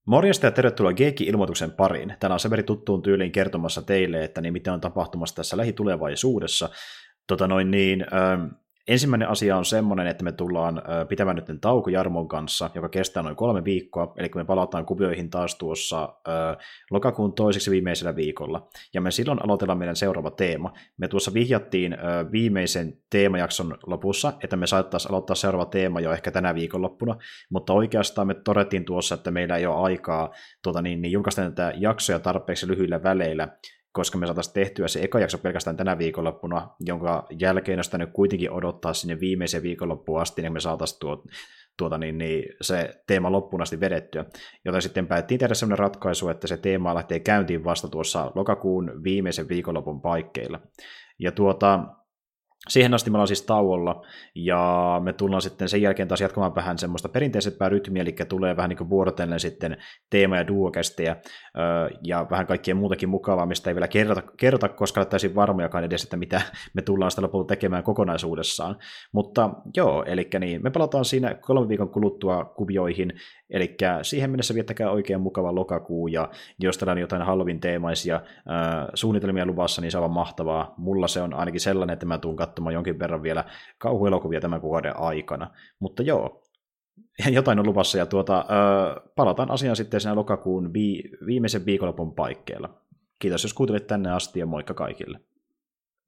Morjesta ja tervetuloa Geekki-ilmoituksen pariin. Tänään on Severi tuttuun tyyliin kertomassa teille, että niin mitä on tapahtumassa tässä lähitulevaisuudessa. Ensimmäinen asia on semmoinen, että me tullaan pitämään nyt tauko Jarmon kanssa, joka kestää noin 3 viikkoa, eli me palataan kuvioihin taas tuossa lokakuun toiseksi viimeisellä viikolla. Ja me silloin aloitellaan meidän seuraava teema. Me tuossa vihjattiin viimeisen teemajakson lopussa, että me saattaisiin aloittaa seuraava teema jo ehkä tänä viikonloppuna, mutta oikeastaan me todettiin tuossa, että meillä ei ole aikaa julkaista näitä jaksoja tarpeeksi lyhyillä väleillä, koska me saataisiin tehtyä se eka jakso pelkästään tänä viikonloppuna, jonka jälkeen olisi nyt kuitenkin odottaa sinne viimeiseen viikonloppuun asti, niin me saataisiin se teema loppuun asti vedettyä. Joten sitten päätettiin tehdä sellainen ratkaisu, että se teema lähtee käyntiin vasta tuossa lokakuun viimeisen viikonlopun paikkeilla. Ja siihen asti me ollaan siis tauolla, ja me tullaan sitten sen jälkeen taas jatkamaan vähän semmoista perinteisempää rytmiä, eli tulee vähän niin kuin vuorotellen sitten teema- ja duokästejä, ja vähän kaikkea muutakin mukavaa, mistä ei vielä kerrota koska olen täysin varmojakaan edes, että mitä me tullaan sitä lopulta tekemään kokonaisuudessaan. Mutta joo, eli niin, me palataan siinä 3 viikon kuluttua kuvioihin, eli siihen mennessä viettäkää oikein mukava lokakuu, ja jos teillä on jotain Halloween-teemaisia suunnitelmia luvassa, niin se on mahtavaa. Mulla se on ainakin sellainen, että mä tuun katsomaan jonkin verran vielä kauhuelokuvia tämän vuoden aikana. Mutta joo, jotain on luvassa, ja palataan asiaan sitten siinä lokakuun viimeisen viikonlopun paikkeilla. Kiitos, jos kuuntelit tänne asti, ja moikka kaikille.